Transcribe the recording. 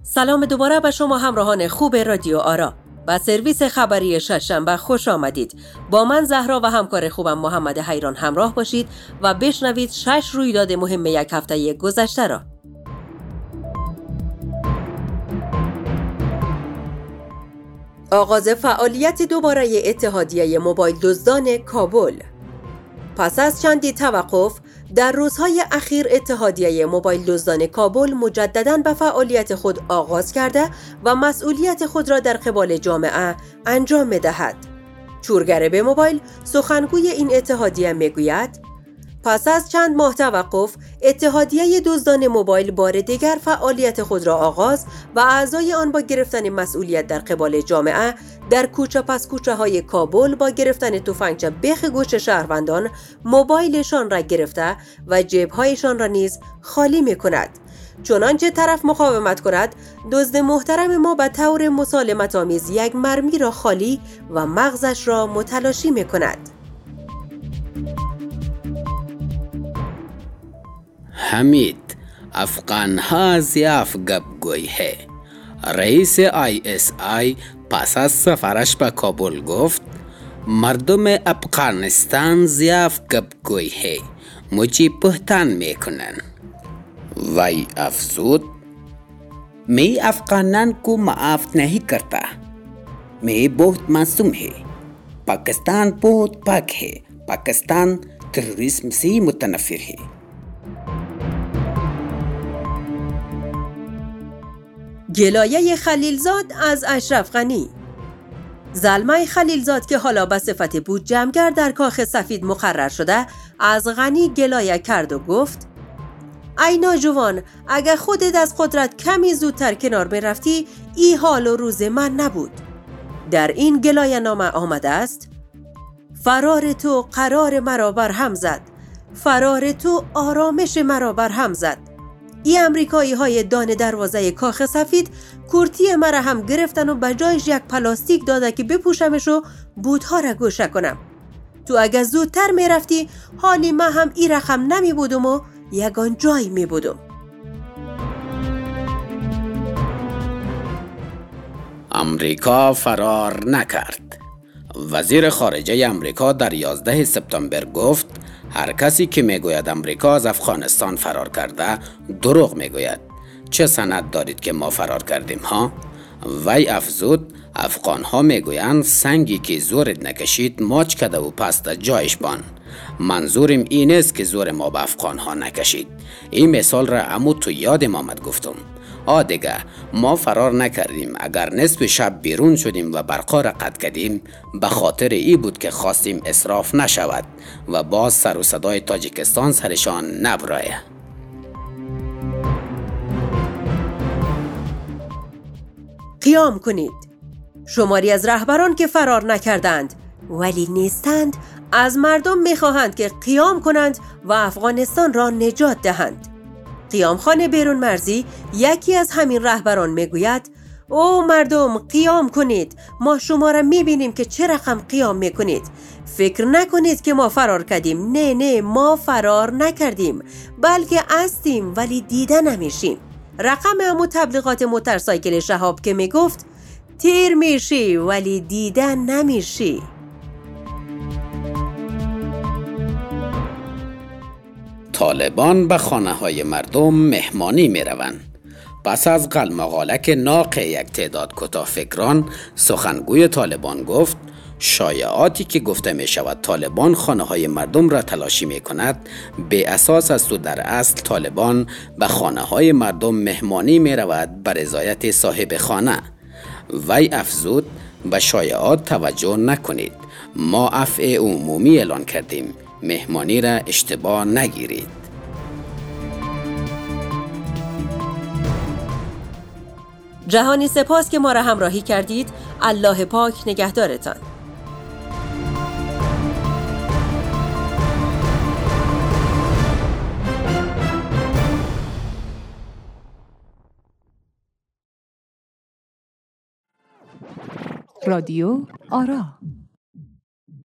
سلام دوباره به شما همراهان خوب رادیو آرا و سرویس خبری ششنبه خوش آمدید. با من زهرا و همکار خوبم محمد حیران همراه باشید و بشنوید 6 رویداد مهم یک هفته گذشته را. آغاز فعالیت دوباره اتحادیه موبایل دزدان کابل. پس از چندی توقف، در روزهای اخیر اتحادیه موبایل دزدان کابل مجدداً به فعالیت خود آغاز کرده و مسئولیت خود را در قبال جامعه انجام می‌دهد. چورگر به موبایل سخنگوی این اتحادیه میگوید پس از چند ماه توقف، اتحادیه دزدان موبایل بار دیگر فعالیت خود را آغاز و اعضای آن با گرفتن مسئولیت در قبال جامعه در کوچه پس کوچه های کابل با گرفتن تفنگچه بیخ گوش شهروندان موبایلشان را گرفته و جیبهایشان را نیز خالی می کند. چنانچه طرف مقاومت کند، دزد محترم ما به طور مسالمت آمیز یک مرمی را خالی و مغزش را متلاشی می کند. حمید افغان ها ضعف گپ گوی ہے. رئیس ISI پس از سفرش به کابل گفت مردم افغانستان ضعف گپ گوی ہے, مجھے بہتان میکنن. وی افزود میں افغانان کو معاف نہیں کرتا. میں بہت معصوم ہے. پاکستان بہت پاک ہے. پاکستان تروریسم سے متنفر ہے. گلایه خلیلزاد از اشرف غنی. زلمه خلیلزاد که حالا به صفت بود جمگر در کاخ سفید مقرر شده، از غنی گلایه کرد و گفت ای ناجوان، اگر خودت از قدرت کمی زودتر کنار برفتی، ای حال و روز من نبود. در این گلایه نامه آمده است فرار تو قرار مرا بر هم زد، فرار تو آرامش مرا بر هم زد. ای امریکایی های دان دروازه کاخ سفید کورتی مرا هم گرفتن و به جایش یک پلاستیک داده که بپوشمش و بودها را گوشه کنم. تو اگه زودتر می رفتی، حالی من هم ای رقم نمی بودم و یگان جای می بودم. امریکا فرار نکرد. وزیر خارجه امریکا در 11 سپتامبر گفت هر کسی که میگوید امریکا از افغانستان فرار کرده دروغ میگوید. چه سند دارید که ما فرار کردیم ها؟ وی افزود افغان ها میگویند سنگی که زورت نکشید ماچ کده و پست جایش بان. منظورم این است که زور ما به افغان ها نکشید. این مثال را امو تو یادم آمد گفتم. دیگه ما فرار نکردیم. اگر نصف شب بیرون شدیم و برقا را قطع کردیم به خاطر ای بود که خواستیم اسراف نشود و باز سر و صدای تاجیکستان سرشان نبرایه. قیام کنید. شماری از رهبران که فرار نکردند ولی نیستند از مردم میخواهند که قیام کنند و افغانستان را نجات دهند. قیامخان بیرون مرزی یکی از همین رهبران میگوید او مردم قیام کنید، ما شما را میبینیم که چه رقم قیام میکنید. فکر نکنید که ما فرار کردیم. نه ما فرار نکردیم، بلکه هستیم ولی دیده نمیشیم. رقم همون تبلیغات موتورسایکل شهاب که میگفت تیر میشی ولی دیده نمیشی. طالبان به خانه های مردم مهمانی می روند. پس از قلمقالک ناق یک تعداد کتاه‌فکران، سخنگوی طالبان گفت شایعاتی که گفته می شود طالبان خانه های مردم را تلاشی می کند به اساس است و در اصل طالبان به خانه های مردم مهمانی می رود به رضایت صاحب خانه. وی افزود به شایعات توجه نکنید. ما عفو عمومی اعلان کردیم. مهمانی را اشتباه نگیرید. جهانی سپاس که ما را همراهی کردید. الله پاک نگهدارتان. رادیو آرا.